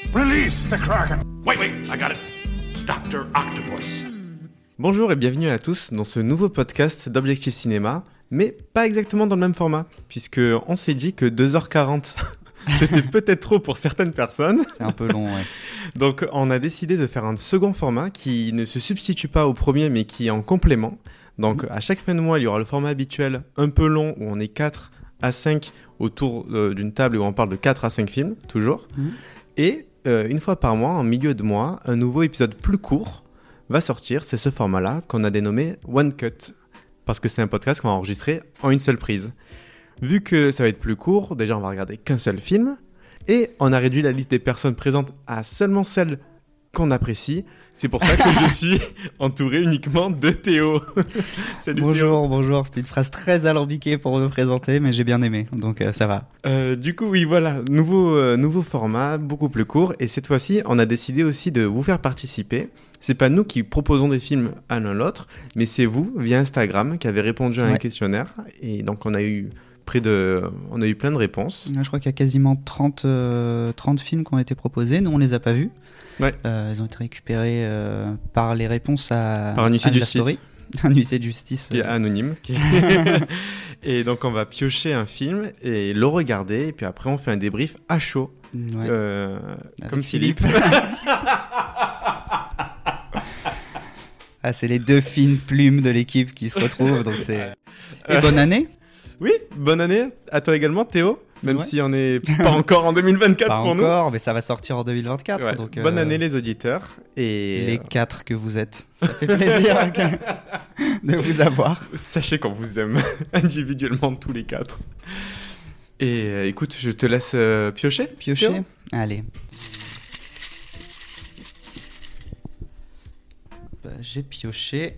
Release the Kraken! Wait, I got it. Dr. Octopus. Bonjour et bienvenue à tous dans ce nouveau podcast d'Objectif Cinéma, mais pas exactement dans le même format, puisque on s'est dit que 2h40, c'était peut-être trop pour certaines personnes. C'est un peu long, ouais. Donc on a décidé de faire un second format qui ne se substitue pas au premier, mais qui est en complément. Donc à chaque fin de mois, il y aura le format habituel un peu long, où on est 4 à 5 autour d'une table où on parle de 4 à 5 films, toujours. Et une fois par mois, en milieu de mois, un nouveau épisode plus court va sortir. C'est ce format-là qu'on a dénommé One Cut, parce que c'est un podcast qu'on va enregistrer en une seule prise. Vu que ça va être plus court, déjà on va regarder qu'un seul film, et on a réduit la liste des personnes présentes à seulement celles qu'on apprécie. C'est pour ça que je suis entouré uniquement de Théo. Salut Théo. Bonjour, c'était une phrase très alambiquée pour me présenter, mais j'ai bien aimé, donc ça va. Du coup, oui, voilà, nouveau format, beaucoup plus court, et cette fois-ci, on a décidé aussi de vous faire participer. C'est pas nous qui proposons des films à l'un l'autre, mais c'est vous, via Instagram, qui avez répondu à un questionnaire, et donc on a eu plein de réponses. Je crois qu'il y a quasiment 30 films qui ont été proposés, nous on les a pas vus. Ouais. Ils ont été récupérés par les réponses par un huissier de justice. Un huissier de justice. Qui est anonyme. Et donc on va piocher un film et le regarder, et puis après on fait un débrief à chaud. Ouais. Comme Philippe. Ah, c'est les deux fines plumes de l'équipe qui se retrouvent, donc c'est... Et bonne année. Oui, bonne année à toi également Théo, même Ouais. si on n'est pas encore en 2024 Pas pour nous. encore, mais ça va sortir en 2024. Ouais. Donc, Bonne année les auditeurs. Et les 4 que vous êtes. Ça fait plaisir de vous avoir. Sachez qu'on vous aime individuellement tous les 4. Et écoute, je te laisse piocher. Piocher. Théo. Allez. J'ai pioché.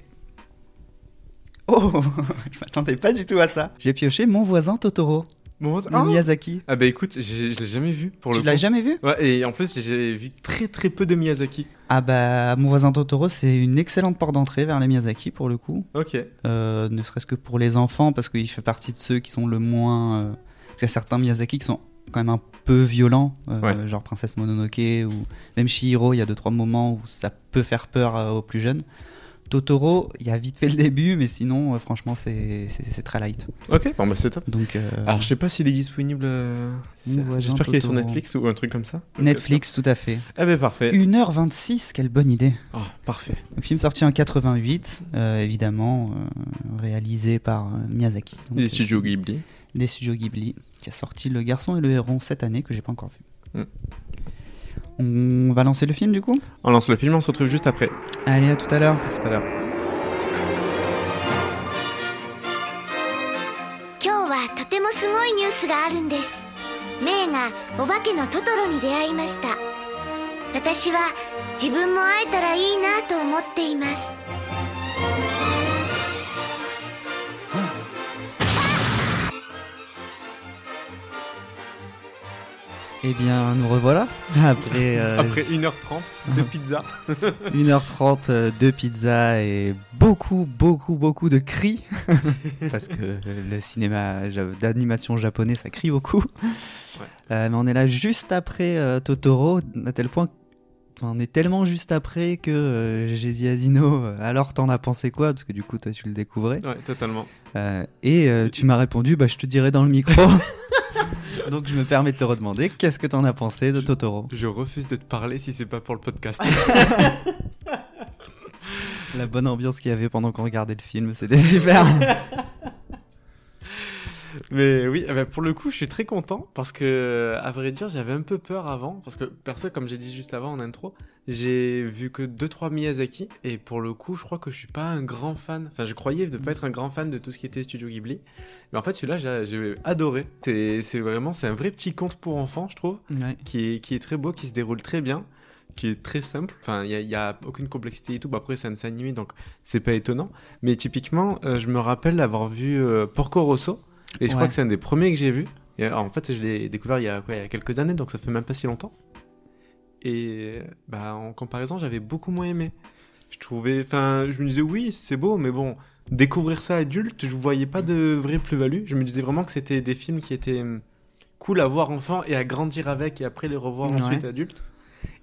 Oh, je m'attendais pas du tout à ça. J'ai pioché Mon voisin Totoro de Miyazaki. Ah bah écoute, je l'ai jamais vu pour le coup. Tu l'as jamais vu ? Ouais, et en plus j'ai vu très très peu de Miyazaki. Ah bah Mon voisin Totoro, c'est une excellente porte d'entrée vers les Miyazaki pour le coup. Ok. Ne serait-ce que pour les enfants, parce qu'il fait partie de ceux qui sont le moins... Parce qu'il y a certains Miyazaki qui sont quand même un peu violents, genre Princesse Mononoke ou même Chihiro, il y a 2-3 moments où ça peut faire peur aux plus jeunes. Totoro, il y a vite fait le début, mais sinon, franchement, c'est très light. Ok, bon bah c'est top. Donc, alors je sais pas s'il est disponible. J'espère qu'il est sur Netflix ou un truc comme ça. Netflix, tout à fait. Ah bah parfait. 1h26, quelle bonne idée. Oh, parfait. Le film sorti en 88, évidemment, réalisé par Miyazaki. Donc, Des studios Ghibli. Des studios Ghibli, qui a sorti Le Garçon et le Héron cette année, que j'ai pas encore vu. On va lancer le film du coup ? On lance le film, on se retrouve juste après. Allez, à tout à l'heure. Tout à l'heure. 今日はとてもすごいニュースがあるんです。メイがお化けのトトロに出会いました。私は自分も会えたらいいなと思っています。 Eh bien, nous revoilà après, Après 1h30 de pizza. 1h30 de pizza et beaucoup de cris. Parce que le cinéma d'animation japonais, ça crie beaucoup. Ouais. Mais on est là juste après Totoro, à tel point on est tellement juste après que j'ai dit à Dino, alors t'en as pensé quoi ? Parce que du coup, toi, tu le découvrais. Ouais, totalement. Tu m'as répondu, bah je te dirai dans le micro. Donc je me permets de te redemander, qu'est-ce que t'en as pensé de Totoro ? Je refuse de te parler si c'est pas pour le podcast. La bonne ambiance qu'il y avait pendant qu'on regardait le film, c'était super. Mais oui, bah pour le coup, je suis très content parce que, à vrai dire, j'avais un peu peur avant. Parce que, perso, comme j'ai dit juste avant en intro, j'ai vu que 2-3 Miyazaki. Et pour le coup, je crois que je suis pas un grand fan. Enfin, je croyais ne pas être un grand fan de tout ce qui était Studio Ghibli. Mais en fait, celui-là, j'ai adoré. C'est un vrai petit conte pour enfants, je trouve. Ouais. Qui est très beau, qui se déroule très bien. Qui est très simple. Enfin, il y a aucune complexité et tout. Bah, après, c'est un dessin animé, donc c'est pas étonnant. Mais typiquement, je me rappelle avoir vu Porco Rosso. Et je crois que c'est un des premiers que j'ai vu. Et en fait, je l'ai découvert il y a quelques années, donc ça fait même pas si longtemps. Et bah, en comparaison, j'avais beaucoup moins aimé. Je me disais oui, c'est beau, mais bon, découvrir ça adulte, je voyais pas de vraie plus-value. Je me disais vraiment que c'était des films qui étaient cool à voir enfant et à grandir avec et après les revoir ensuite adulte.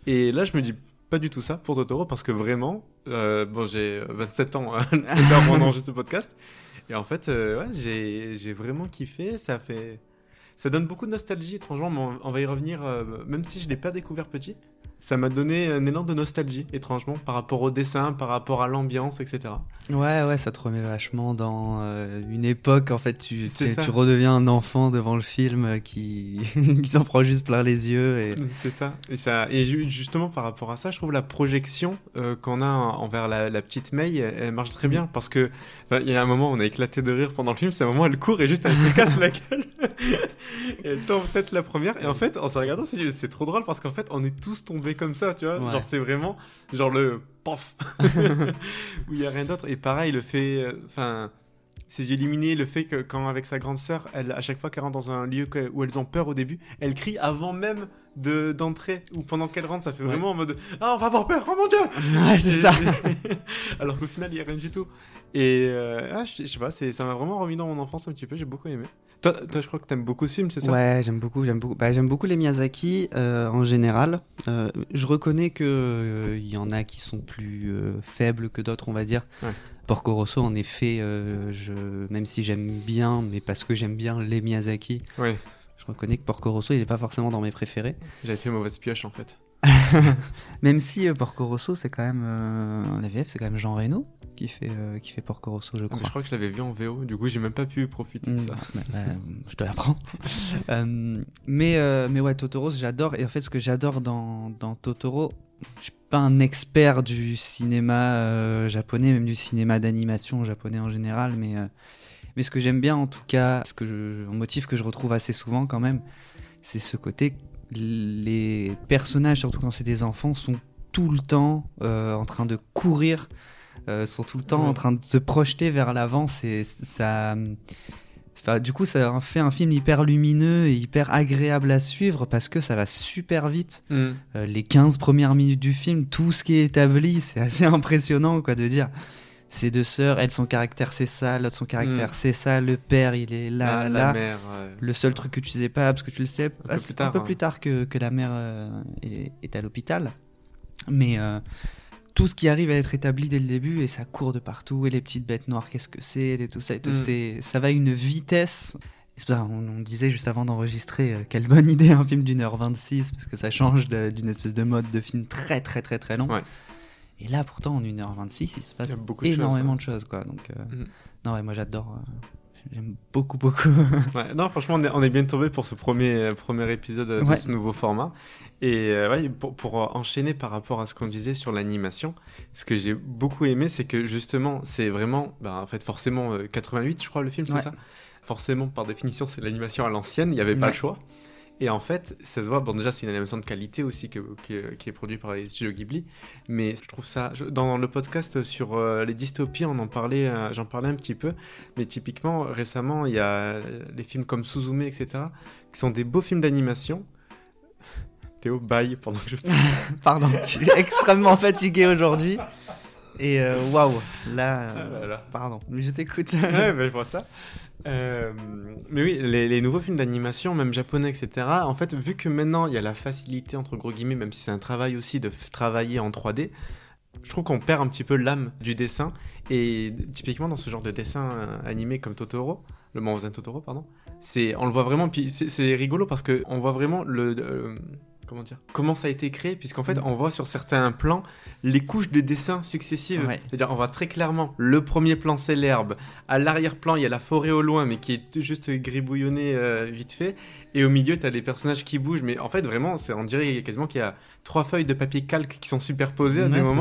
Et là, je me dis pas du tout ça pour Totoro parce que vraiment, bon, j'ai 27 ans quand on enregistre ce podcast. Et en fait, ouais, j'ai vraiment kiffé. Ça donne beaucoup de nostalgie, étrangement, mais on va y revenir, même si je l'ai pas découvert petit. Ça m'a donné un élan de nostalgie, étrangement, par rapport au dessin, par rapport à l'ambiance, etc. Ouais, ça te remet vachement dans une époque. En fait, tu redeviens un enfant devant le film qui s'en prend juste plein les yeux. Et... C'est ça. Et justement, par rapport à ça, je trouve la projection qu'on a envers la petite Mei, elle marche très bien. Parce que il y a un moment, on a éclaté de rire pendant le film. C'est un moment, elle court et juste elle se casse la gueule. Et elle tombe peut-être la première. Et en fait, en se regardant, c'est trop drôle parce qu'en fait, on est tous tombés comme ça, tu vois. Ouais. Genre, c'est vraiment genre le pof où il y a rien d'autre. Et pareil, le fait, ses yeux illuminés, le fait que quand avec sa grande sœur, à chaque fois qu'elle rentre dans un lieu où elles ont peur au début, elle crie avant même d'entrer ou pendant qu'elle rentre, ça fait vraiment en mode on va avoir peur, oh mon dieu. Ouais, c'est ça. Alors qu'au final, il y a rien du tout. Et je sais pas, ça m'a vraiment remis dans mon enfance un petit peu. J'ai beaucoup aimé. Toi, je crois que t'aimes beaucoup ce film, c'est ça? Ouais, j'aime beaucoup. J'aime beaucoup les Miyazaki en général. Je reconnais que y en a qui sont plus faibles que d'autres, on va dire. Ouais. Porco Rosso, en effet, même si j'aime bien, mais parce que j'aime bien les Miyazaki, je reconnais que Porco Rosso, il est pas forcément dans mes préférés. J'avais fait mauvaise pioche en fait. Même si Porco Rosso, c'est quand même la VF, c'est quand même Jean Reno qui fait Porco Rosso, je crois. Je crois que je l'avais vu en VO, du coup j'ai même pas pu profiter de ça. Je te l'apprends. mais ouais, Totoro, j'adore. Et en fait, ce que j'adore dans Totoro, je suis pas un expert du cinéma japonais, même du cinéma d'animation japonais en général, mais ce que j'aime bien en tout cas, un motif que je retrouve assez souvent quand même, c'est ce côté. Les personnages, surtout quand c'est des enfants, sont tout le temps en train de courir, sont tout le temps en train de se projeter vers l'avant. Du coup, ça fait un film hyper lumineux et hyper agréable à suivre parce que ça va super vite. Les 15 premières minutes du film, tout ce qui est établi, c'est assez impressionnant quoi, de dire... Ces deux sœurs, elle, son caractère c'est ça, l'autre son caractère c'est ça, le père il est là, la mère, le seul truc que tu sais pas, parce que tu le sais un peu plus tard que la mère est à l'hôpital, mais tout ce qui arrive à être établi dès le début, et ça court de partout, et les petites bêtes noires, qu'est-ce que c'est, et tout ça, ça va à une vitesse. C'est pour ça on disait juste avant d'enregistrer quelle bonne idée un film d'1h26, parce que ça change d'une espèce de mode de film très très très très long. Et là, pourtant, en 1h26, il se passe énormément de choses, quoi. Donc, non, ouais, moi, j'adore. J'aime beaucoup. Ouais, non, franchement, on est bien tombé pour ce premier épisode de ce nouveau format. Et pour enchaîner par rapport à ce qu'on disait sur l'animation, ce que j'ai beaucoup aimé, c'est que justement, c'est vraiment, en fait, forcément, 88, je crois, le film, c'est ça. Forcément, par définition, c'est l'animation à l'ancienne, il n'y avait pas le choix. Et en fait, ça se voit, bon déjà c'est une animation de qualité aussi qui est produite par les studios Ghibli, mais je trouve ça, dans le podcast sur les dystopies, j'en parlais un petit peu, mais typiquement récemment il y a les films comme Suzume, etc., qui sont des beaux films d'animation. Théo baille pendant que je parle. Pardon, je suis extrêmement fatigué aujourd'hui. Et waouh, là, pardon, je t'écoute. Ouais, je vois ça. Mais oui, les nouveaux films d'animation, même japonais, etc. En fait, vu que maintenant il y a la facilité entre gros guillemets, même si c'est un travail aussi de travailler en 3D, je trouve qu'on perd un petit peu l'âme du dessin. Et typiquement dans ce genre de dessin animé comme Totoro, le Mon voisin Totoro, pardon, on le voit vraiment. Puis c'est rigolo parce que on voit vraiment comment ça a été créé, puisqu'en fait on voit sur certains plans les couches de dessin successives. C'est-à-dire on voit très clairement le premier plan c'est l'herbe, à l'arrière-plan il y a la forêt au loin mais qui est juste gribouillonnée vite fait, et au milieu t'as les personnages qui bougent, mais en fait vraiment on dirait quasiment qu'il y a 3 feuilles de papier calque qui sont superposées à des moments,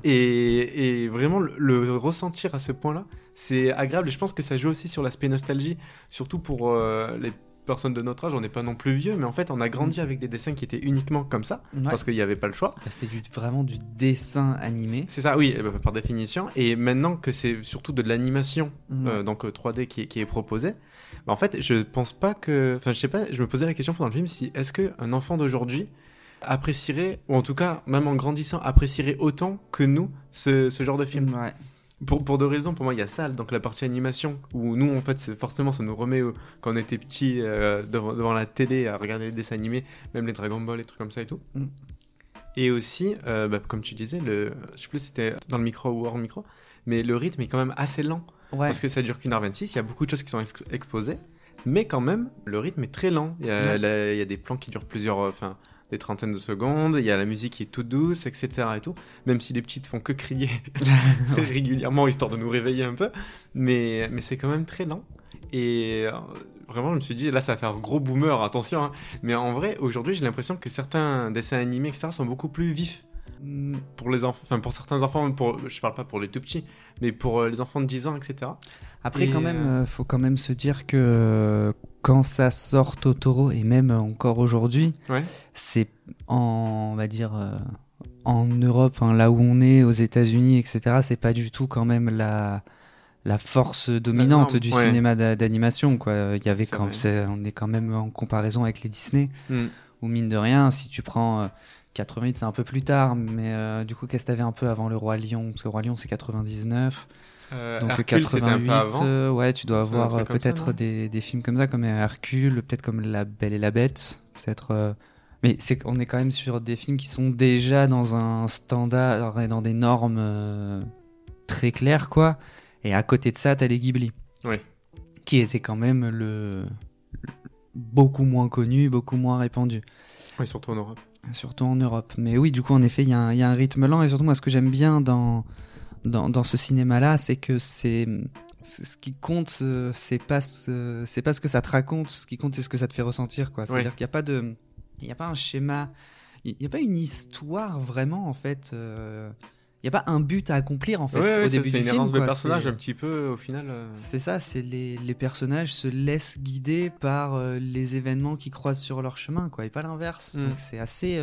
et vraiment le ressentir à ce point-là c'est agréable, et je pense que ça joue aussi sur l'aspect nostalgie, surtout pour les personnes de notre âge. On n'est pas non plus vieux, mais en fait on a grandi avec des dessins qui étaient uniquement comme ça, parce qu'il n'y avait pas le choix. C'était vraiment du dessin animé. C'est ça, oui, par définition. Et maintenant que c'est surtout de l'animation, donc 3D qui est proposé, en fait je pense pas que, enfin je sais pas, je me posais la question pendant le film, si est-ce qu'un enfant d'aujourd'hui apprécierait, ou en tout cas même en grandissant apprécierait autant que nous ce genre de film. Pour 2 raisons. Pour moi, il y a ça, donc la partie animation, où nous, en fait, forcément, ça nous remet, quand on était petits, devant la télé, à regarder les dessins animés, même les Dragon Ball, les trucs comme ça et tout. Et aussi, comme tu disais, je sais plus si c'était dans le micro ou hors micro, mais le rythme est quand même assez lent. Ouais. Parce que ça dure qu'1h26, il y a beaucoup de choses qui sont exposées, mais quand même, le rythme est très lent. Il y a des plans qui durent des trentaines de secondes, il y a la musique qui est toute douce, etc. et tout, même si les petites font que crier très régulièrement, histoire de nous réveiller un peu, mais c'est quand même très lent. Et vraiment, je me suis dit, là, ça va faire gros boomer, attention, hein. Mais en vrai, aujourd'hui, j'ai l'impression que certains dessins animés, etc., sont beaucoup plus vifs. Pour les enfants, enfin pour certains enfants, je parle pas pour les tout petits, mais pour les enfants de 10 ans, etc. Après, quand même, faut quand même se dire que quand ça sort Totoro, et même encore aujourd'hui, c'est on va dire en Europe, là où on est, aux États-Unis, etc., c'est pas du tout quand même la force dominante du cinéma d'animation, quoi. Il y avait on est quand même en comparaison avec les Disney, où mine de rien, si tu prends 88, c'est un peu plus tard, mais du coup, qu'est-ce que t'avais un peu avant le Roi Lion? Parce que le Roi Lion, c'est 99. Donc Hercule, 88, c'était un peu avant. Ouais, tu dois avoir peut-être ça, des films comme ça, comme Hercule, peut-être comme La Belle et la Bête, peut-être. Mais on est quand même sur des films qui sont déjà dans un standard et dans des normes très claires, quoi. Et à côté de ça, t'as les Ghibli, qui étaient quand même beaucoup moins connus, beaucoup moins répandus. Oui, surtout en Europe. Surtout en Europe. Mais oui, du coup, en effet, il y a un rythme lent. Et surtout, moi, ce que j'aime bien dans ce cinéma-là, c'est que ce qui compte, c'est pas ce que ça te raconte. Ce qui compte, c'est ce que ça te fait ressentir, quoi. C'est-à-dire qu'il n'y a pas un schéma, il n'y a pas une histoire vraiment, en fait. Il n'y a pas un but à accomplir, en fait, au début du film. C'est une errance de personnage, un petit peu, au final. C'est ça, c'est les personnages se laissent guider par les événements qui croisent sur leur chemin, quoi, et pas l'inverse. Donc c'est assez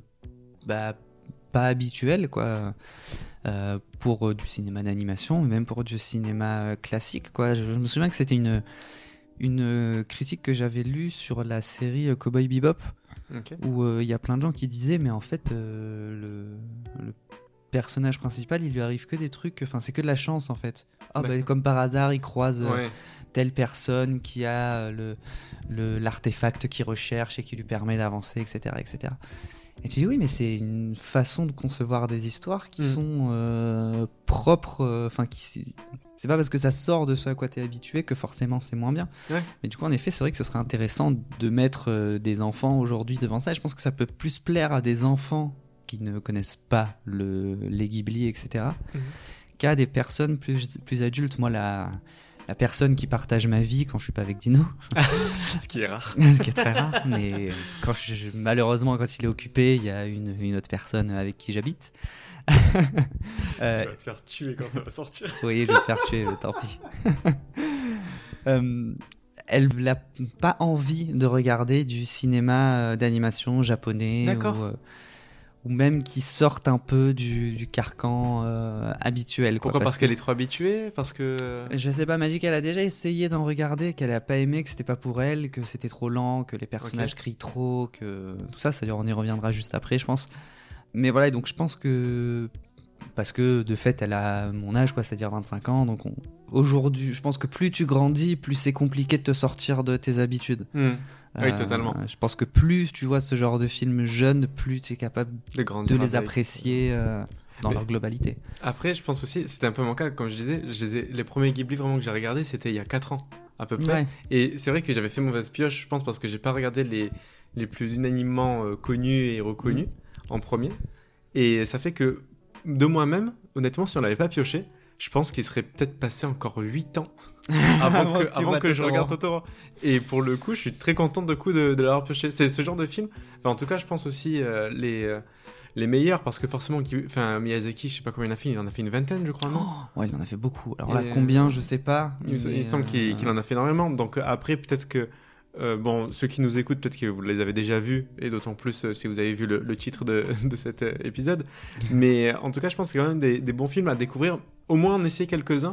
pas habituel, quoi, pour du cinéma d'animation, mais même pour du cinéma classique, quoi. Je me souviens que c'était une critique que j'avais lue sur la série Cowboy Bebop, où il y a plein de gens qui disaient, mais en fait, le personnage principal, il lui arrive que des trucs, c'est que de la chance, en fait. Comme par hasard, il croise telle personne qui a l'artefact qu'il recherche et qui lui permet d'avancer, etc., etc. Et tu dis oui, mais c'est une façon de concevoir des histoires qui sont propres, c'est pas parce que ça sort de ce à quoi t'es habitué que forcément c'est moins bien. Mais du coup, en effet, c'est vrai que ce serait intéressant de mettre des enfants aujourd'hui devant ça. Et je pense que ça peut plus plaire à des enfants qui ne connaissent pas les Ghibli, etc., qu'à des personnes plus adultes. Moi, la personne qui partage ma vie quand je suis pas avec Dino, ce qui est rare, ce qui est très rare, mais malheureusement quand il est occupé, il y a une autre personne avec qui j'habite. Tu vas te faire tuer quand ça va sortir. Oui, je vais te faire tuer, tant pis. Elle n'a pas envie de regarder du cinéma d'animation japonais ou même qui sortent un peu du carcan habituel. Pourquoi ? Parce qu'elle est trop habituée ? Parce que... Je sais pas, elle m'a dit qu'elle a déjà essayé d'en regarder, qu'elle a pas aimé, que c'était pas pour elle, que c'était trop lent, que les personnages crient trop, que tout ça, on y reviendra juste après, je pense. Mais voilà, donc je pense que... Parce que de fait, elle a mon âge, quoi, c'est-à-dire 25 ans, donc aujourd'hui, je pense que plus tu grandis, plus c'est compliqué de te sortir de tes habitudes. Oui, totalement. Je pense que plus tu vois ce genre de films jeunes, plus tu es capable de les apprécier dans leur globalité. Après, je pense aussi, c'était un peu mon cas, comme je disais, les premiers Ghibli vraiment que j'ai regardés, c'était il y a 4 ans, à peu près. Et c'est vrai que j'avais fait mauvaise pioche, je pense, parce que j'ai pas regardé les plus unanimement connus et reconnus en premier. Et ça fait que, de moi-même, honnêtement, si on l'avait pas pioché, je pense qu'il serait peut-être passé encore 8 ans avant que je regarde Totoro. Et pour le coup, je suis très content de l'avoir pioché. C'est ce genre de film. En tout cas, je pense aussi les meilleurs, parce que forcément, Miyazaki, je sais pas combien il en a fait, il en a fait une vingtaine, je crois, non ? Ouais, il en a fait beaucoup. Alors là, combien, je sais pas. Il semble qu'il en a fait énormément. Donc après, peut-être que ceux qui nous écoutent, peut-être que vous les avez déjà vus, et d'autant plus si vous avez vu le titre de cet épisode. Mais en tout cas, je pense que c'est quand même des bons films à découvrir. Au moins en essayer quelques-uns,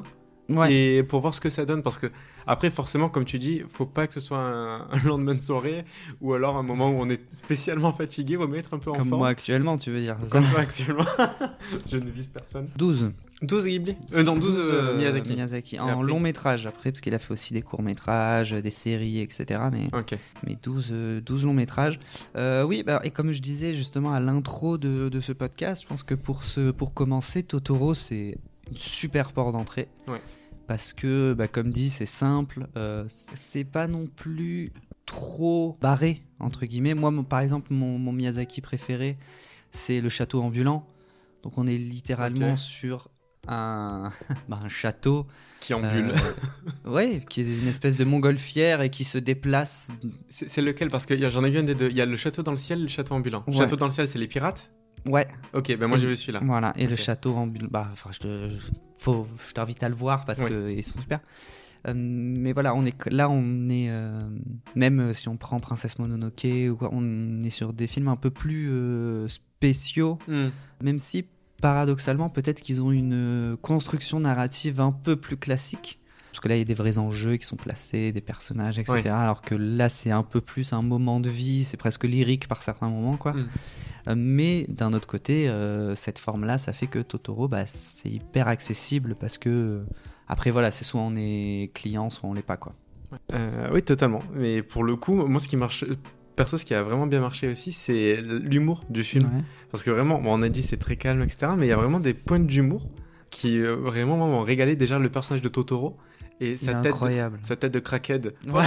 et pour voir ce que ça donne, parce que après forcément comme tu dis, faut pas que ce soit un lendemain de soirée ou alors un moment où on est spécialement fatigué, vaut mieux être un peu en Comme forme. moi actuellement, tu veux dire. Comme toi actuellement. Je ne vise personne. 12 Ghibli non, 12 Miyazaki. En long métrage après, parce qu'il a fait aussi des courts métrages, des séries, etc. Mais 12 longs métrages. Oui, et comme je disais justement à l'intro de ce podcast, je pense que pour commencer, Totoro, c'est une super porte d'entrée. Ouais. Parce que, comme dit, c'est simple, c'est pas non plus trop barré, entre guillemets. Moi, par exemple, mon Miyazaki préféré, c'est le château ambulant. Donc on est littéralement sur un château qui ambule. Ouais, qui est une espèce de montgolfière et qui se déplace. C'est lequel? Parce que j'en ai vu un des deux. Il y a le château dans le ciel et le château ambulant. Le château dans le ciel, c'est les pirates? Ouais. Ok, moi j'ai vu celui-là. Voilà, et le château ambulant, je t'invite à le voir parce qu'ils sont super. Mais voilà, on est même si on prend Princesse Mononoke ou quoi, on est sur des films un peu plus spéciaux, même si paradoxalement peut-être qu'ils ont une construction narrative un peu plus classique. Parce que là, il y a des vrais enjeux qui sont placés, des personnages, etc. Ouais. Alors que là, c'est un peu plus un moment de vie, c'est presque lyrique par certains moments, quoi. Mais d'un autre côté, cette forme-là, ça fait que Totoro, c'est hyper accessible parce que, après, voilà, c'est soit on est client, soit on l'est pas, quoi. Oui, totalement. Mais pour le coup, moi, ce qui marche... Perso, ce qui a vraiment bien marché aussi, c'est l'humour du film. Ouais. Parce que vraiment, on a dit c'est très calme, etc. Mais il y a vraiment des points d'humour qui vraiment m'ont régalé. Déjà, le personnage de Totoro et sa tête de crackhead. Ouais.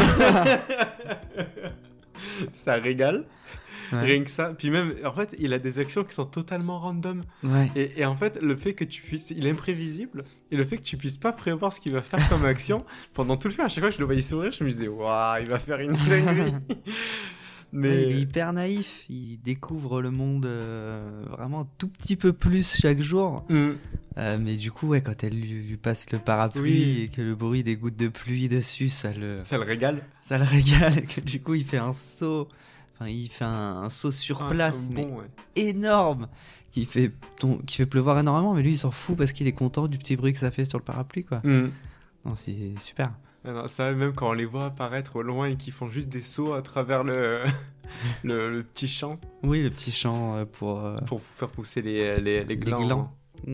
Ça régale. Ouais. Rien que ça. Puis même, en fait, il a des actions qui sont totalement random. Ouais. Et en fait, le fait que tu puisses... Il est imprévisible. Et le fait que tu puisses pas prévoir ce qu'il va faire comme action, pendant tout le film, à chaque fois que je le voyais sourire, je me disais, waouh, il va faire une dinguerie. Mais... Ouais, il est hyper naïf, il découvre le monde vraiment un tout petit peu plus chaque jour. Mais du coup, quand elle lui passe le parapluie et que le bruit des gouttes de pluie dessus, ça le régale. Ça le régale, et que du coup, il fait un saut. Enfin, il fait un saut sur place, énorme, qui fait pleuvoir énormément. Mais lui, il s'en fout parce qu'il est content du petit bruit que ça fait sur le parapluie, quoi. Non, c'est super. Alors, ça, même quand on les voit apparaître au loin et qu'ils font juste des sauts à travers le petit champ. Oui, le petit champ pour faire pousser les glands.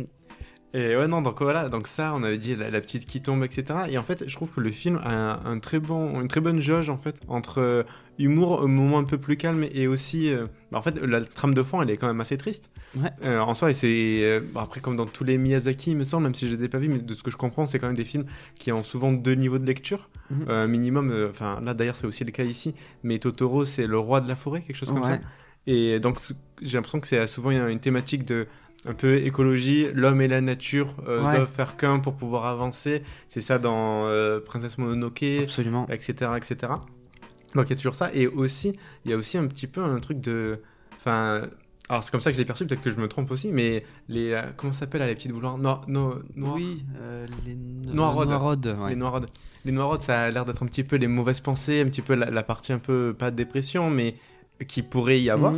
Et ouais, non, donc voilà, donc ça, on avait dit la petite qui tombe, etc. Et en fait, je trouve que le film a une très bonne jauge, en fait, entre humour, un moment un peu plus calme, et aussi... en fait, la trame de fond, elle est quand même assez triste. Ouais. En soi, et c'est... après, comme dans tous les Miyazaki, il me semble, même si je les ai pas vus, mais de ce que je comprends, c'est quand même des films qui ont souvent 2 niveaux de lecture, minimum. Enfin, là, d'ailleurs, c'est aussi le cas ici. Mais Totoro, c'est le roi de la forêt, quelque chose comme ça. Et donc, j'ai l'impression que c'est souvent une thématique de... un peu écologie, l'homme et la nature doivent faire qu'un pour pouvoir avancer. C'est ça dans Princesse Mononoke, absolument, etc., etc. Donc il y a toujours ça. Et aussi, il y a aussi un petit peu un truc de... Enfin, alors c'est comme ça que je l'ai perçu, peut-être que je me trompe aussi, mais les... comment ça s'appelle les petites boules noires? Oui, les Noirodes. Ouais. Les Noirodes, ça a l'air d'être un petit peu les mauvaises pensées, un petit peu la partie un peu, pas de dépression, mais qui pourrait y avoir.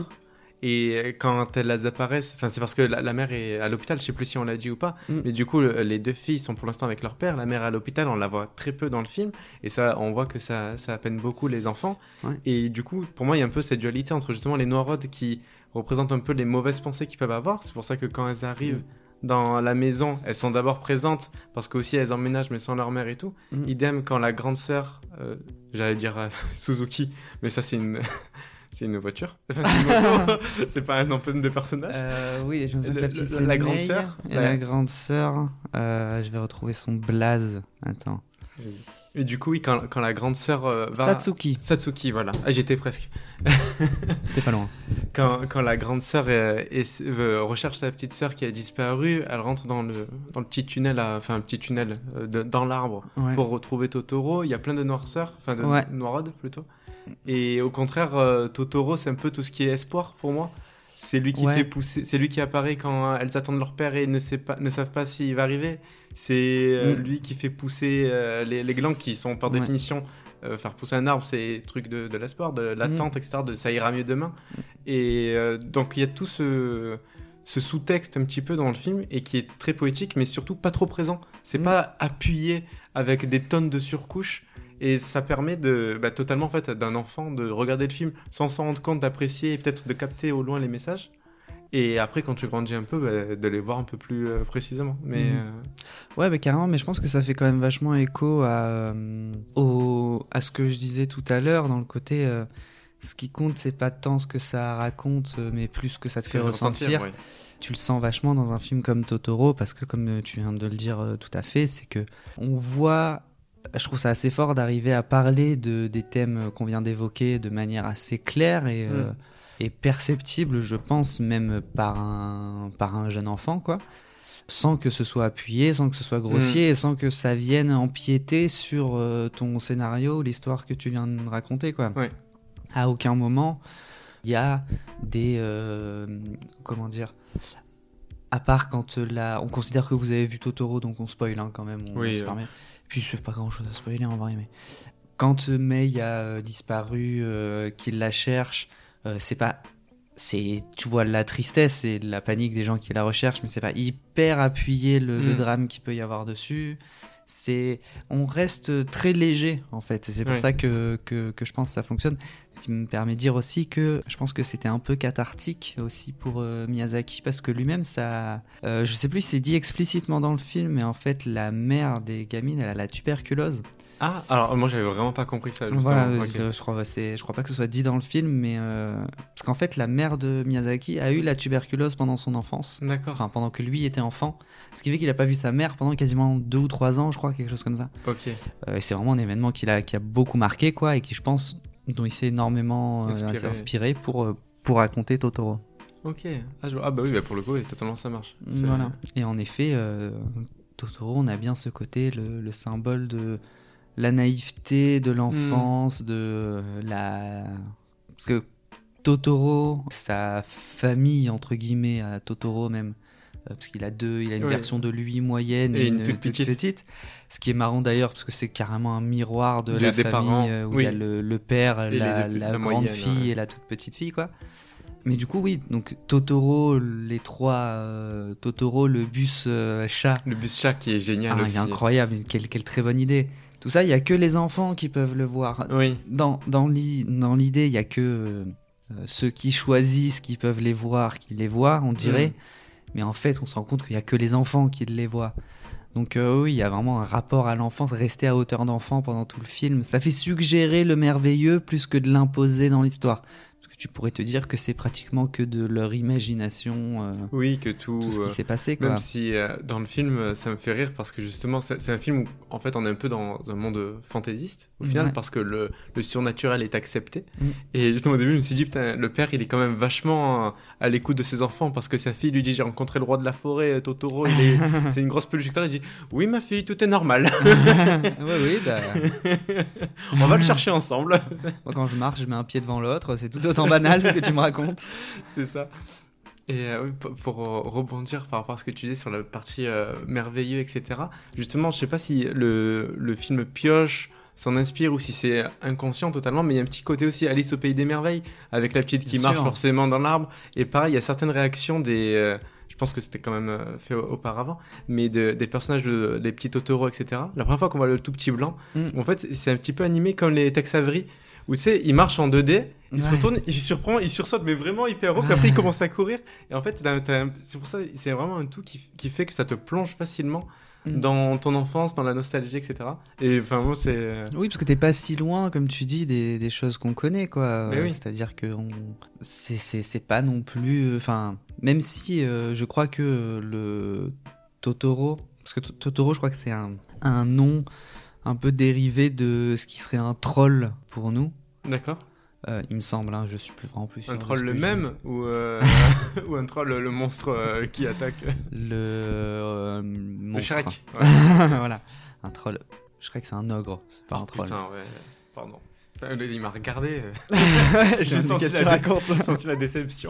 Et quand elles apparaissent, c'est parce que la mère est à l'hôpital, je sais plus si on l'a dit ou pas, mais du coup les 2 filles sont pour l'instant avec leur père, la mère est à l'hôpital, on la voit très peu dans le film, et ça, on voit que ça peine beaucoup les enfants, et du coup pour moi il y a un peu cette dualité entre justement les Noirodes qui représentent un peu les mauvaises pensées qu'ils peuvent avoir, c'est pour ça que quand elles arrivent dans la maison, elles sont d'abord présentes, parce qu'aussi elles emménagent mais sans leur mère et tout, idem quand la grande sœur, j'allais dire Suzuki, mais ça c'est une... C'est une voiture. Enfin, c'est une moto. C'est pas un nom de personnage. Oui, je me souviens de la grande sœur. Et la grande sœur, je vais retrouver son blaze. Attends. Et du coup, oui, quand la grande sœur va... Satsuki, voilà. Ah, j'étais presque. C'était pas loin. Quand la grande sœur recherche sa petite sœur qui a disparu, elle rentre dans le petit tunnel, un petit tunnel dans l'arbre pour retrouver Totoro. Il y a plein de noirceurs, enfin de Noirodes plutôt. Et au contraire, Totoro, c'est un peu tout ce qui est espoir pour moi. C'est lui qui fait pousser, c'est lui qui apparaît quand elles attendent leur père et ne savent pas s'il va arriver. C'est lui qui fait pousser les glands qui sont par définition faire pousser un arbre, c'est truc de l'espoir, de l'attente, etc. De ça ira mieux demain. Et donc il y a tout ce sous-texte un petit peu dans le film et qui est très poétique, mais surtout pas trop présent. C'est pas appuyé avec des tonnes de surcouches. Et ça permet totalement en fait, d'un enfant de regarder le film sans s'en rendre compte, d'apprécier et peut-être de capter au loin les messages. Et après, quand tu grandis un peu, de les voir un peu plus précisément. Mais, Ouais, carrément, mais je pense que ça fait quand même vachement écho à ce que je disais tout à l'heure, dans le côté... ce qui compte, c'est pas tant ce que ça raconte, mais plus ce que ça te fait ressentir. Ouais. Tu le sens vachement dans un film comme Totoro, parce que comme tu viens de le dire tout à fait, c'est que on voit... Je trouve ça assez fort d'arriver à parler des thèmes qu'on vient d'évoquer de manière assez claire et perceptible, je pense, même par un jeune enfant, quoi. Sans que ce soit appuyé, sans que ce soit grossier, et sans que ça vienne empiéter sur ton scénario, l'histoire que tu viens de raconter, quoi. Ouais. À aucun moment, il y a des... comment dire ? À part quand on considère que vous avez vu Totoro, donc on spoil quand même, on se permet. Puis je fais pas grand chose à spoiler en vrai, mais quand Mei a disparu, qu'il la cherche, tu vois la tristesse et la panique des gens qui la recherchent, mais c'est pas hyper appuyé le drame qu'il peut y avoir dessus. On reste très léger en fait, et c'est pour ça que je pense que ça fonctionne, ce qui me permet de dire aussi que je pense que c'était un peu cathartique aussi pour Miyazaki, parce que lui-même je sais plus si c'est dit explicitement dans le film, mais en fait la mère des gamines, elle a la tuberculose. Ah, alors moi j'avais vraiment pas compris ça justement. Voilà, je crois pas que ce soit dit dans le film, mais parce qu'en fait la mère de Miyazaki a eu la tuberculose pendant son enfance. D'accord. Enfin pendant que lui était enfant, ce qui fait qu'il a pas vu sa mère pendant quasiment 2 ou 3 ans, je crois, quelque chose comme ça. Ok. Et c'est vraiment un événement qui a beaucoup marqué, quoi, et qui, je pense, dont il s'est énormément inspiré pour raconter Totoro. Ok. Ah bah oui, pour le coup, totalement ça marche. Voilà. Et en effet, Totoro, on a bien ce côté, le symbole de la naïveté de l'enfance, parce que Totoro, sa famille, entre guillemets, à Totoro même, parce qu'il a une version de lui moyenne et une toute petite. Ce qui est marrant d'ailleurs, parce que c'est carrément un miroir de la famille parents, où il y a le père, la grande moyenne, fille et la toute petite fille, quoi. Mais du coup, oui, donc Totoro, les trois, Totoro, le bus chat. Le bus chat qui est génial aussi. Il est incroyable, quelle très bonne idée. Tout ça, il n'y a que les enfants qui peuvent le voir. Oui. Dans l'idée, il n'y a que ceux qui choisissent qui peuvent les voir, qui les voient, on dirait. Mais en fait, on se rend compte qu'il n'y a que les enfants qui les voient. Donc oui, il y a vraiment un rapport à l'enfance, rester à hauteur d'enfant pendant tout le film. Ça fait suggérer le merveilleux plus que de l'imposer dans l'histoire. Parce que tu pourrais te dire que c'est pratiquement que de leur imagination. Oui, que tout ce qui s'est passé, quoi. Même si dans le film, ça me fait rire parce que justement, c'est un film où en fait on est un peu dans un monde fantaisiste au final, parce que le surnaturel est accepté. Et justement au début, je me suis dit, putain, le père il est quand même vachement à l'écoute de ses enfants, parce que sa fille lui dit, j'ai rencontré le roi de la forêt, Totoro, c'est une grosse peluche, etc. Il dit, oui ma fille, tout est normal. Oui, bah... on va le chercher ensemble. Moi, quand je marche, je mets un pied devant l'autre, c'est tout autant banal ce que tu me racontes. C'est ça. Et pour rebondir par rapport à ce que tu disais sur la partie merveilleux, etc. Justement, je sais pas si le film pioche, s'en inspire, ou si c'est inconscient totalement, mais il y a un petit côté aussi Alice au pays des merveilles, avec la petite qui marche forcément dans l'arbre. Et pareil, il y a certaines réactions je pense que c'était quand même fait auparavant, mais des personnages, les petits Totoro, etc. La première fois qu'on voit le tout petit blanc, en fait, c'est un petit peu animé comme les Tex Avery, où tu sais, il marche en 2D, il se retourne, il surprend, il sursaute, mais vraiment hyper haut, puis après il commence à courir. Et en fait, c'est pour ça, c'est vraiment un tout qui fait que ça te plonge facilement dans ton enfance, dans la nostalgie, etc. Et enfin, moi, c'est... Oui, parce que t'es pas si loin, comme tu dis, des choses qu'on connaît, quoi. Oui. C'est-à-dire que c'est pas non plus... Enfin, même si je crois que le Totoro... Parce que Totoro, je crois que c'est un nom un peu dérivé de ce qui serait un troll pour nous. D'accord. Il me semble, hein, je suis vraiment plus sûr. Un troll le même ou un troll le monstre qui attaque le monstre. Le Shrek. Ouais. Voilà, un troll. Shrek, c'est un ogre, c'est pas un troll. Putain, ouais. Pardon. Il m'a regardé. J'ai senti la déception.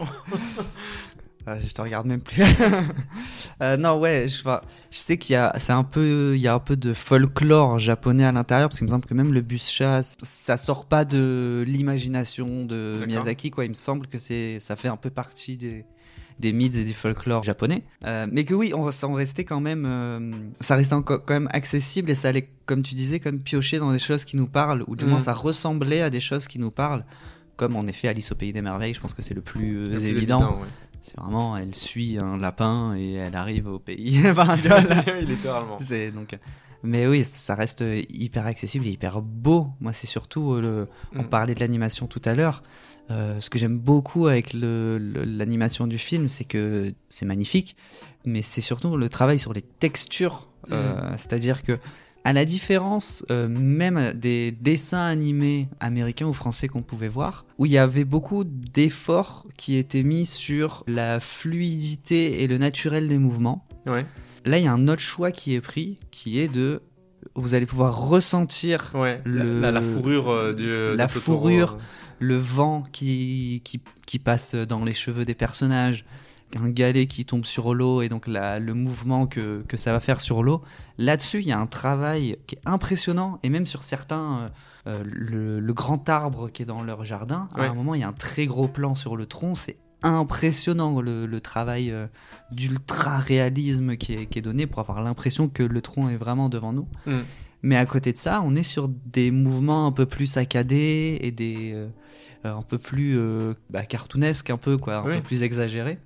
Je te regarde même plus. Non, ouais, je sais qu'il y a un peu de folklore japonais à l'intérieur, parce qu'il me semble que même le bus chat, ça sort pas de l'imagination de Miyazaki, quoi. Il me semble que ça fait un peu partie des mythes et du folklore japonais. Mais que oui, ça restait quand même quand même accessible et ça allait, comme tu disais, comme piocher dans des choses qui nous parlent, ou du moins ça ressemblait à des choses qui nous parlent, comme en effet Alice au Pays des Merveilles, je pense que c'est le plus évident. Ouais. C'est vraiment, elle suit un lapin et elle arrive au pays. Enfin, tu vois, là, littéralement. Mais oui, ça reste hyper accessible et hyper beau. Moi, c'est surtout, on parlait de l'animation tout à l'heure. Ce que j'aime beaucoup avec l'animation du film, c'est que c'est magnifique, mais c'est surtout le travail sur les textures. C'est-à-dire que, à la différence même des dessins animés américains ou français qu'on pouvait voir, où il y avait beaucoup d'efforts qui étaient mis sur la fluidité et le naturel des mouvements. Ouais. Là, il y a un autre choix qui est pris, qui est de... Vous allez pouvoir ressentir la fourrure la fourrure, le vent qui passe dans les cheveux des personnages, un galet qui tombe sur l'eau et donc le mouvement que ça va faire sur l'eau. Là-dessus, il y a un travail qui est impressionnant, et même sur certains, le grand arbre qui est dans leur jardin, à un moment, il y a un très gros plan sur le tronc, c'est impressionnant le travail d'ultra réalisme qui est donné pour avoir l'impression que le tronc est vraiment devant nous. Mais à côté de ça, on est sur des mouvements un peu plus saccadés et des un peu plus cartoonesques, un peu peu plus exagérés.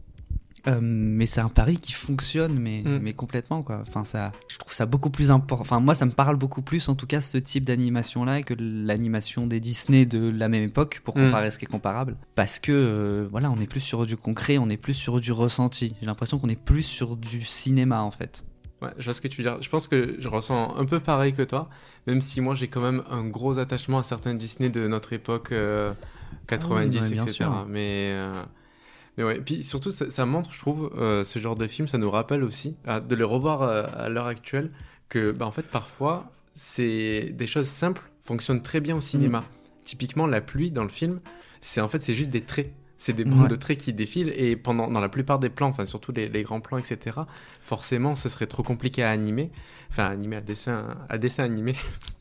Mais c'est un pari qui fonctionne, mais complètement, quoi. Enfin, je trouve ça beaucoup plus important. Enfin, moi, ça me parle beaucoup plus, en tout cas, ce type d'animation-là, que l'animation des Disney de la même époque, pour comparer ce qui est comparable. Parce que, on est plus sur du concret, on est plus sur du ressenti. J'ai l'impression qu'on est plus sur du cinéma, en fait. Ouais, je vois ce que tu veux dire. Je pense que je ressens un peu pareil que toi, même si moi, j'ai quand même un gros attachement à certains Disney de notre époque 90, etc. Sûr. Mais ouais, puis surtout, ça montre, je trouve, ce genre de film, ça nous rappelle aussi, de les revoir à l'heure actuelle, que en fait, parfois, des choses simples fonctionnent très bien au cinéma. Typiquement, la pluie dans le film, c'est juste des traits. C'est des bandes de traits qui défilent, et dans la plupart des plans, enfin surtout les grands plans, etc., forcément, ce serait trop compliqué à animer. Enfin, animer à dessin animé.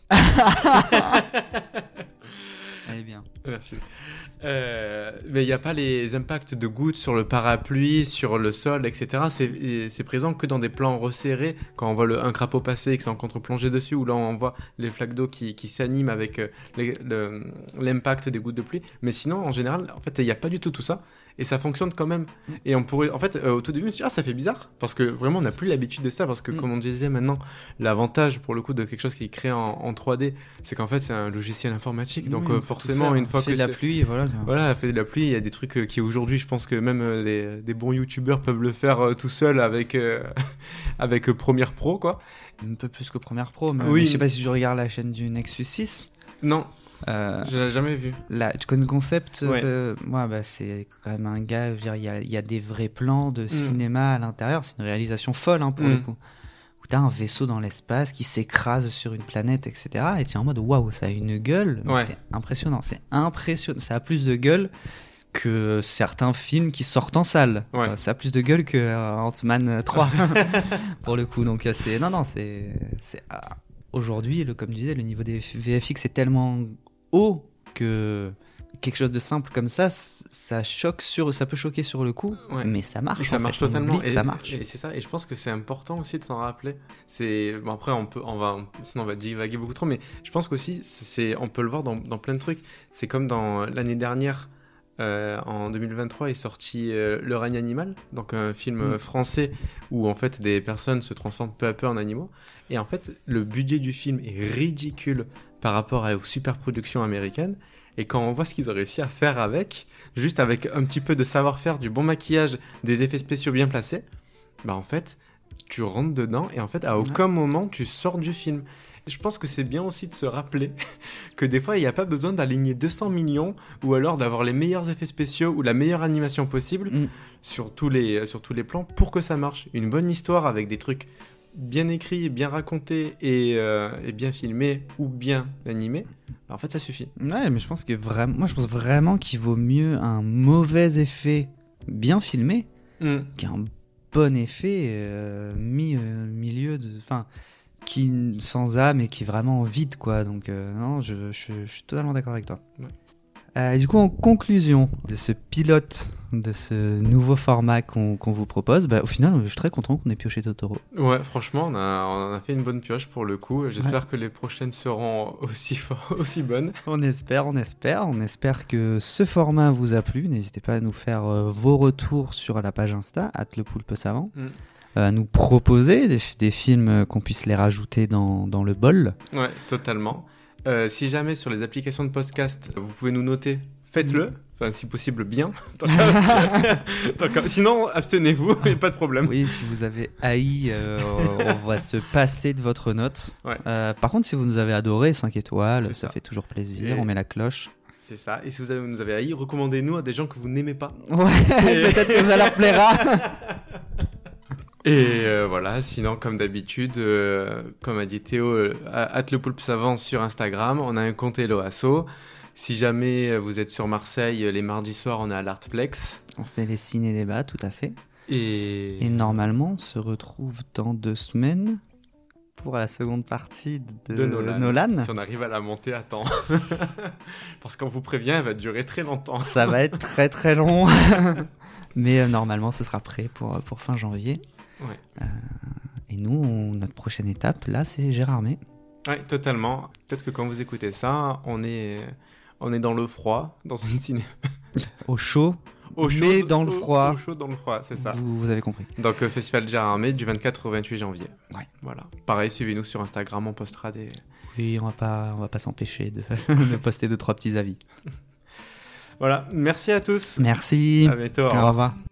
Allez bien. Merci. Mais il n'y a pas les impacts de gouttes sur le parapluie, sur le sol, etc. C'est présent que dans des plans resserrés, quand on voit un crapaud passer et que c'est en contre-plongée dessus, ou là on voit les flaques d'eau qui s'animent avec l'impact des gouttes de pluie. Mais sinon, en général, en fait, il n'y a pas du tout ça. Et ça fonctionne quand même. Et on pourrait, en fait, au tout début, je me suis dit, ça fait bizarre. Parce que vraiment, on n'a plus l'habitude de ça. Parce que, comme on disait maintenant, l'avantage, pour le coup, de quelque chose qui est créé en 3D, c'est qu'en fait, c'est un logiciel informatique. Donc, forcément, une fois que fait de la pluie, voilà, fait de la pluie, il y a des trucs qui aujourd'hui, je pense que même des bons youtubeurs peuvent le faire tout seuls avec Premiere Pro, quoi. Un peu plus que Premiere Pro. Mais je sais pas si je regarde la chaîne du Nexus 6. Non. Je l'ai jamais vu. Là, tu connais le concept? C'est quand même un gars, je veux dire, il y a des vrais plans de cinéma à l'intérieur. C'est une réalisation folle, pour le coup. Où t'as un vaisseau dans l'espace qui s'écrase sur une planète, etc. Et tu es en mode waouh, ça a une gueule. C'est impressionnant. Ça a plus de gueule que certains films qui sortent en salle. Ça a plus de gueule que Ant-Man 3 pour le coup. Donc aujourd'hui, comme je disais, le niveau des VFX est tellement haut que quelque chose de simple comme ça peut choquer sur le coup, mais ça marche. Et ça marche totalement. Ça marche. Et c'est ça. Et je pense que c'est important aussi de s'en rappeler. Après, sinon on va divaguer beaucoup trop, mais je pense qu'aussi, on peut le voir dans plein de trucs. C'est comme dans l'année dernière. En 2023 est sorti Le règne animal, donc un film français où en fait des personnes se transforment peu à peu en animaux, et en fait le budget du film est ridicule par rapport aux super productions américaines, et quand on voit ce qu'ils ont réussi à faire juste avec un petit peu de savoir-faire, du bon maquillage, des effets spéciaux bien placés, en fait tu rentres dedans et en fait à aucun moment tu sors du film. Je pense que c'est bien aussi de se rappeler que des fois, il n'y a pas besoin d'aligner 200 millions ou alors d'avoir les meilleurs effets spéciaux ou la meilleure animation possible sur tous les plans pour que ça marche. Une bonne histoire avec des trucs bien écrits, bien racontés et bien filmés ou bien animés, en fait, ça suffit. Ouais, mais je pense vraiment qu'il vaut mieux un mauvais effet bien filmé qu'un bon effet milieu de... Enfin, qui sans âme et qui est vraiment vide, quoi. Donc non, je suis totalement d'accord avec toi. Du coup, en conclusion de ce pilote, de ce nouveau format qu'on vous propose, au final, je suis très content qu'on ait pioché Totoro. Ouais, franchement, on a fait une bonne pioche pour le coup. J'espère que les prochaines seront aussi bonnes. On espère que ce format vous a plu. N'hésitez pas à nous faire vos retours sur la page Insta, @lepoulpesavant. À nous proposer des films qu'on puisse les rajouter dans le bol. Ouais, totalement. Si jamais sur les applications de podcast, vous pouvez nous noter, faites-le. Enfin, si possible, bien. Sinon, abstenez-vous, il n'y a pas de problème. Oui, si vous avez haï, on va se passer de votre note. Ouais. Par contre, si vous nous avez adoré, 5 étoiles, ça fait toujours plaisir. On met la cloche. C'est ça. Et si vous nous avez haï, recommandez-nous à des gens que vous n'aimez pas. Ouais, peut-être que ça leur plaira. Et voilà, sinon comme d'habitude, comme a dit Théo, @lepoulpesavant sur Instagram, on a un compte Helloasso. Si jamais vous êtes sur Marseille, les mardis soirs, on est à l'Artplex. On fait les ciné-débats, tout à fait. Et normalement, on se retrouve dans 2 semaines pour la seconde partie de Nolan. Si on arrive à la monter à temps. Parce qu'on vous prévient, elle va durer très longtemps. Ça va être très très long. Mais normalement, ce sera prêt pour fin janvier. Ouais. Et nous, notre prochaine étape, là, c'est Gérardmer. Oui, totalement. Peut-être que quand vous écoutez ça, on est dans le froid, dans une ciné. Au chaud, mais dans le froid. Au chaud, dans le froid, c'est ça. Vous avez compris. Donc, Festival Gérardmer du 24 au 28 janvier. Ouais. Voilà. Pareil, suivez-nous sur Instagram, on postera des... Oui, on va pas s'empêcher de poster 2-3 petits avis. Voilà, merci à tous. Merci. À bientôt. Au revoir.